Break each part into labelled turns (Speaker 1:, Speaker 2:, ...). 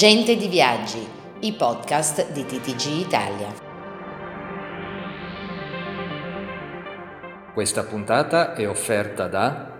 Speaker 1: Gente di Viaggi, i podcast di TTG Italia.
Speaker 2: Questa puntata è offerta da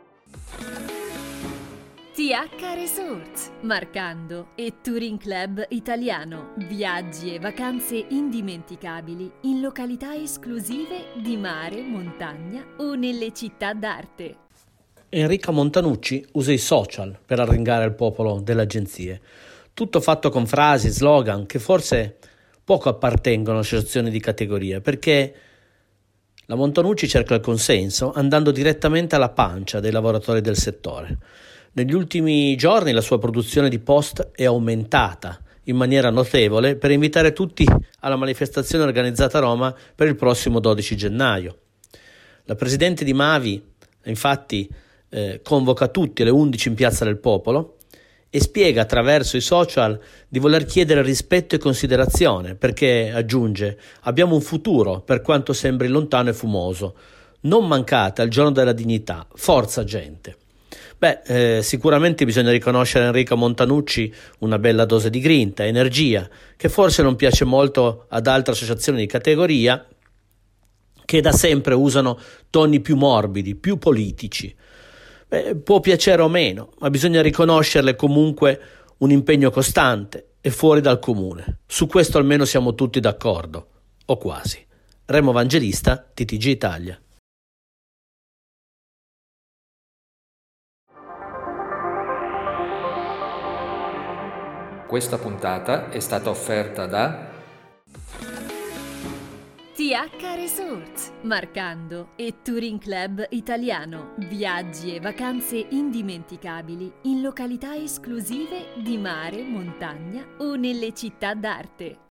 Speaker 3: TH Resorts, Marcando e Touring Club Italiano. Viaggi e vacanze indimenticabili in località esclusive di mare, montagna o nelle città d'arte.
Speaker 4: Enrica Montanucci usa i social per arringare il popolo delle agenzie. Tutto fatto con frasi, slogan che forse poco appartengono a associazioni di categoria, perché la Montanucci cerca il consenso andando direttamente alla pancia dei lavoratori del settore. Negli ultimi giorni la sua produzione di post è aumentata in maniera notevole per invitare tutti alla manifestazione organizzata a Roma per il prossimo 12 gennaio. La presidente di Mavi infatti convoca tutti alle 11 in Piazza del Popolo e spiega attraverso i social di voler chiedere rispetto e considerazione perché, aggiunge, abbiamo un futuro per quanto sembri lontano e fumoso. Non mancate al giorno della dignità, forza gente. Sicuramente bisogna riconoscere a Enrica Montanucci una bella dose di grinta, energia, che forse non piace molto ad altre associazioni di categoria che da sempre usano toni più morbidi, più politici. Può piacere o meno, ma bisogna riconoscerle comunque un impegno costante e fuori dal comune. Su questo almeno siamo tutti d'accordo, o quasi. Remo Evangelista, TTG Italia.
Speaker 2: Questa puntata è stata offerta da
Speaker 3: TH Resorts, Marcando e Touring Club Italiano. Viaggi e vacanze indimenticabili in località esclusive di mare, montagna o nelle città d'arte.